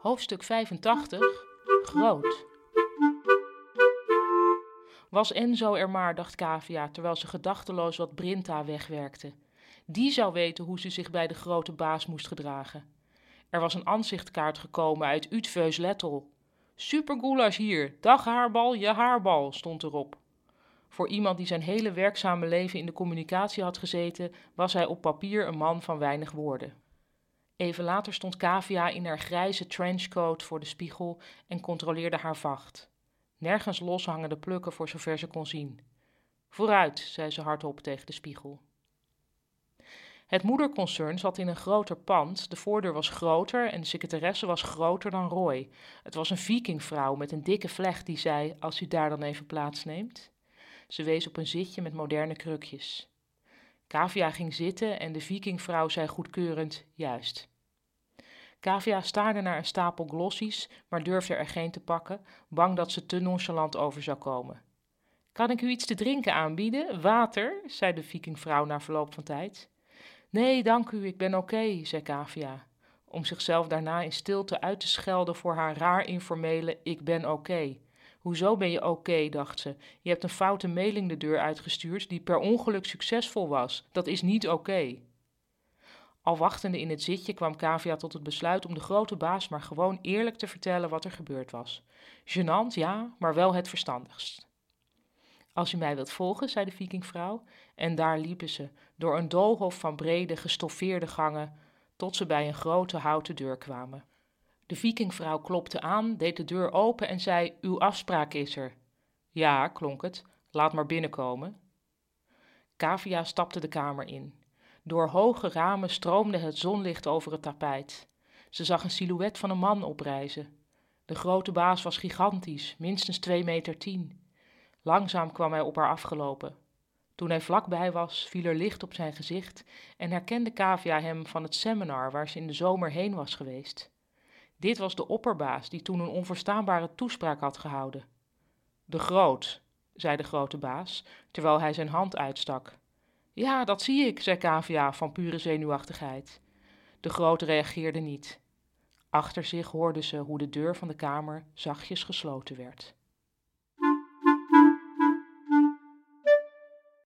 Hoofdstuk 85. Groot. Was Enzo er maar, dacht Cavia, terwijl ze gedachteloos wat Brinta wegwerkte. Die zou weten hoe ze zich bij de grote baas moest gedragen. Er was een aanzichtkaart gekomen uit Uitveus-Lettel. Supergoulash hier, dag haarbal, je haarbal, stond erop. Voor iemand die zijn hele werkzame leven in de communicatie had gezeten, was hij op papier een man van weinig woorden. Even later stond Cavia in haar grijze trenchcoat voor de spiegel en controleerde haar vacht. Nergens loshangende plukken voor zover ze kon zien. Vooruit, zei ze hardop tegen de spiegel. Het moederconcern zat in een groter pand, de voordeur was groter en de secretaresse was groter dan Roy. Het was een vikingvrouw met een dikke vlecht die zei, als u daar dan even plaatsneemt. Ze wees op een zitje met moderne krukjes. Cavia ging zitten en de vikingvrouw zei goedkeurend, juist. Cavia staarde naar een stapel glossies, maar durfde er geen te pakken, bang dat ze te nonchalant over zou komen. Kan ik u iets te drinken aanbieden? Water, zei de vikingvrouw na verloop van tijd. Nee, dank u, ik ben oké, zei Cavia, om zichzelf daarna in stilte uit te schelden voor haar raar informele ik ben oké. Hoezo ben je oké, dacht ze. Je hebt een foute mailing de deur uitgestuurd die per ongeluk succesvol was. Dat is niet oké. Al wachtende in het zitje kwam Cavia tot het besluit om de grote baas maar gewoon eerlijk te vertellen wat er gebeurd was. Gênant, ja, maar wel het verstandigst. Als u mij wilt volgen, zei de vikingvrouw, en daar liepen ze, door een doolhof van brede, gestoffeerde gangen, tot ze bij een grote houten deur kwamen. De vikingvrouw klopte aan, deed de deur open en zei, uw afspraak is er. Ja, klonk het, laat maar binnenkomen. Cavia stapte de kamer in. Door hoge ramen stroomde het zonlicht over het tapijt. Ze zag een silhouet van een man oprijzen. De grote baas was gigantisch, minstens 2,10 meter. Langzaam kwam hij op haar afgelopen. Toen hij vlakbij was, viel er licht op zijn gezicht en herkende Cavia hem van het seminar waar ze in de zomer heen was geweest. Dit was de opperbaas die toen een onverstaanbare toespraak had gehouden. De Groot, zei de grote baas, terwijl hij zijn hand uitstak. Ja, dat zie ik, zei Cavia van pure zenuwachtigheid. De Groot reageerde niet. Achter zich hoorde ze hoe de deur van de kamer zachtjes gesloten werd.